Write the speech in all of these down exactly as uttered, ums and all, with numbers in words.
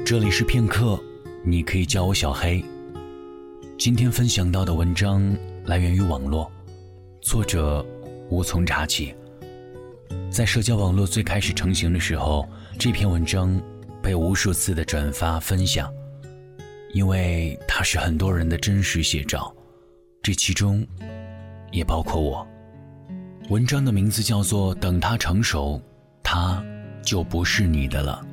这里是片刻，你可以叫我小黑。今天分享到的文章来源于网络，作者无从查起。在社交网络最开始成型的时候，这篇文章被无数次的转发分享，因为它是很多人的真实写照，这其中也包括我。文章的名字叫做等他成熟，他就不是你的了。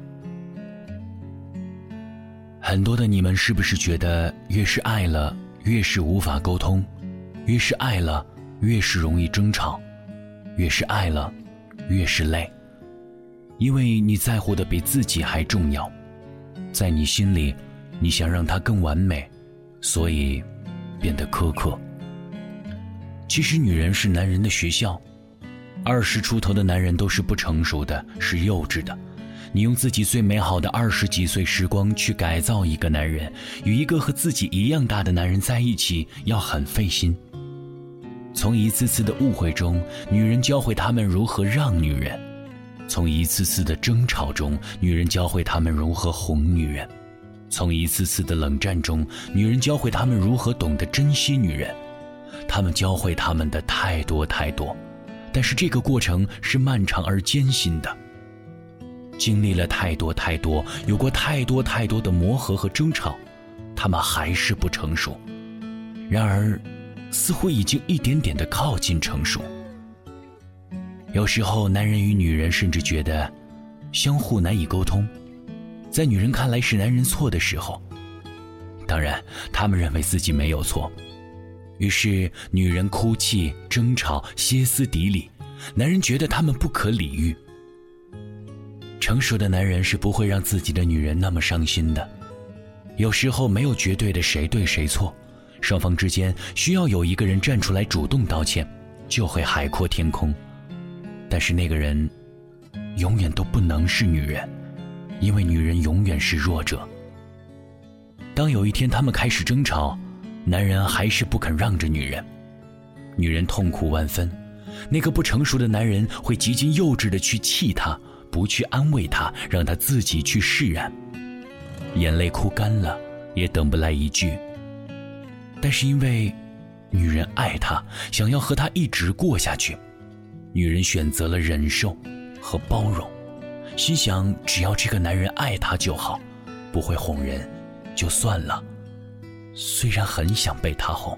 很多的你们是不是觉得越是爱了越是无法沟通，越是爱了越是容易争吵，越是爱了越是累？因为你在乎的比自己还重要，在你心里你想让它更完美，所以变得苛刻。其实女人是男人的学校，二十出头的男人都是不成熟的，是幼稚的。你用自己最美好的二十几岁时光去改造一个男人，与一个和自己一样大的男人在一起，要很费心。从一次次的误会中，女人教会他们如何让女人；从一次次的争吵中，女人教会他们如何哄女人；从一次次的冷战中，女人教会他们如何懂得珍惜女人。他们教会他们的太多太多，但是这个过程是漫长而艰辛的。经历了太多太多，有过太多太多的磨合和争吵，他们还是不成熟。然而似乎已经一点点地靠近成熟。有时候男人与女人甚至觉得相互难以沟通，在女人看来是男人错的时候，当然他们认为自己没有错，于是女人哭泣争吵歇斯底里，男人觉得他们不可理喻。成熟的男人是不会让自己的女人那么伤心的。有时候没有绝对的谁对谁错，双方之间需要有一个人站出来主动道歉，就会海阔天空。但是那个人永远都不能是女人，因为女人永远是弱者。当有一天他们开始争吵，男人还是不肯让着女人，女人痛苦万分。那个不成熟的男人会极尽幼稚的去气她，不去安慰她，让她自己去释然。眼泪哭干了也等不来一句。但是因为女人爱他，想要和他一直过下去，女人选择了忍受和包容，心想只要这个男人爱她就好，不会哄人就算了，虽然很想被他哄。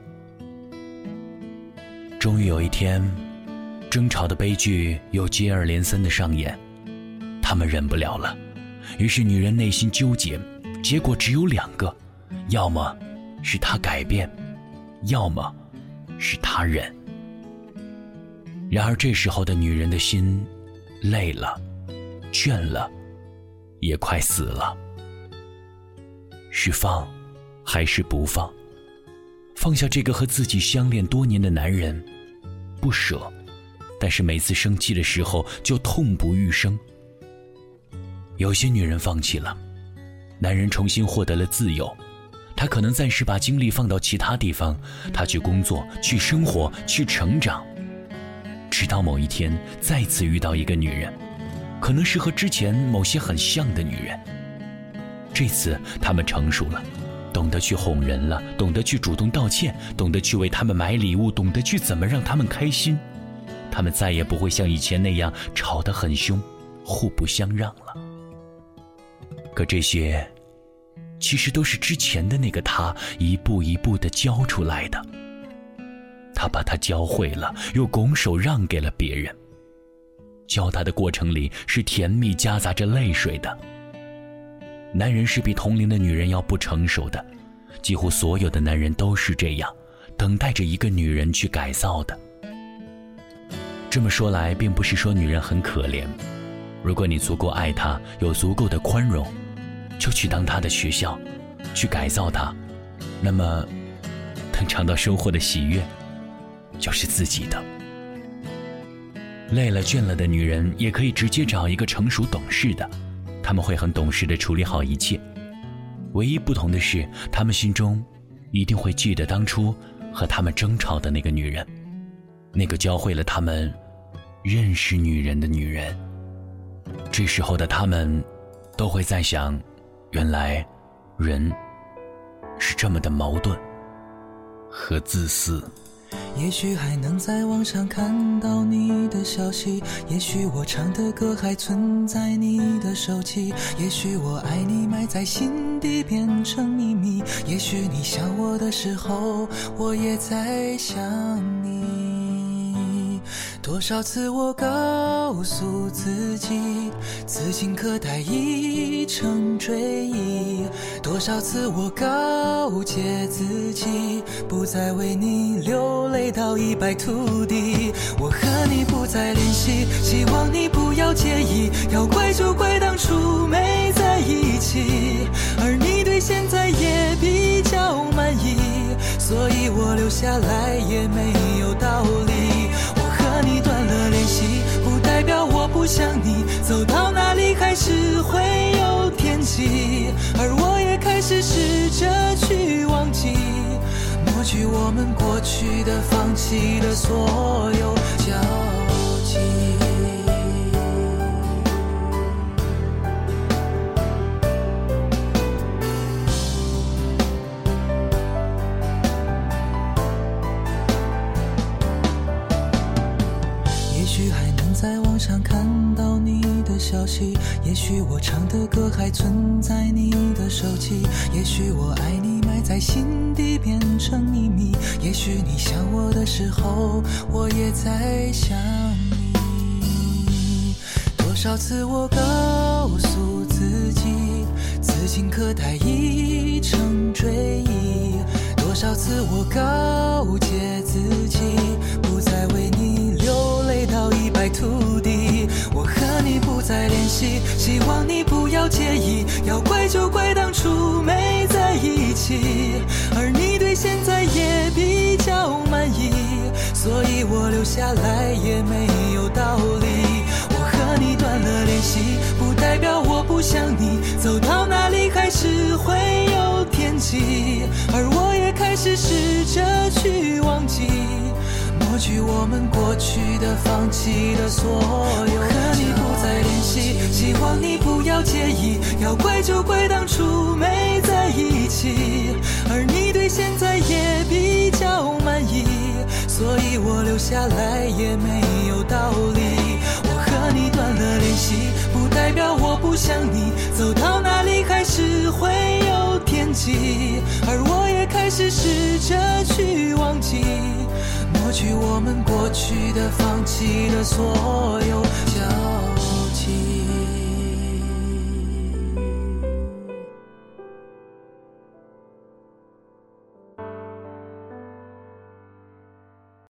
终于有一天，争吵的悲剧又接二连三的上演，他们忍不了了，于是女人内心纠结，结果只有两个，要么是他改变，要么是他忍。然而这时候的女人的心累了倦了，也快死了。是放还是不放？放下这个和自己相恋多年的男人，不舍，但是每次生气的时候就痛不欲生。有些女人放弃了，男人重新获得了自由，他可能暂时把精力放到其他地方，他去工作，去生活，去成长。直到某一天再次遇到一个女人，可能是和之前某些很像的女人。这次他们成熟了，懂得去哄人了，懂得去主动道歉，懂得去为他们买礼物，懂得去怎么让他们开心。他们再也不会像以前那样吵得很凶，互不相让了。可这些其实都是之前的那个他一步一步地教出来的。他把他教会了，又拱手让给了别人。教他的过程里是甜蜜夹杂着泪水的。男人是比同龄的女人要不成熟的，几乎所有的男人都是这样，等待着一个女人去改造的。这么说来，并不是说女人很可怜。如果你足够爱她，有足够的宽容，就去当她的学校，去改造她，那么能尝到收获的喜悦，就是自己的。累了倦了的女人也可以直接找一个成熟懂事的，他们会很懂事地处理好一切。唯一不同的是，他们心中一定会记得当初和他们争吵的那个女人，那个教会了他们认识女人的女人。这时候的他们都会在想， 原来人是这么的矛盾和自私。 也许还能在网上看到你的消息，也许我唱的歌还存在你的手机，也许我爱你埋在心底变成秘密，也许你想我的时候我也在想你。多少次我告诉自己此情可待已成追忆，多少次我告诫自己不再为你流泪到一败涂地。我和你不再联系，希望你不要介意，要怪就怪当初没在一起，而你对现在也比较满意，所以我留下来也没有道理。我和你断了联系，不代表我不想你，走到哪里还是会有天际，而我也开始试着去忘记，抹去我们过去的放弃的所有交集。也许还能在网上看到你的消息，也许我唱的歌还存在你的手机，也许我爱你埋在心底变成秘密，也许你想我的时候我也在想你。多少次我告诉自己此情可待已成追忆，多少次我告诫自己不再为你流泪到一败涂地。我和你不再联系，希望你不要介意，要怪就怪当初没在一起，而你对现在也比较满意，所以我留下来也没有道理。我和你断了联系，不代表我不想你，走到哪里还是会有天际，而我也开始试着去忘记，抹去我们过去的放弃的所有。我和你不再联系，希望你不要介意，要怪就怪当初没在一起，而你对现在也比较满意，所以我留下来也没有道理。我和你断了联系，不代表我不想你，走到哪里还是会有天际，而我也开始试着去忘记，抹去我们过去的放弃的所有交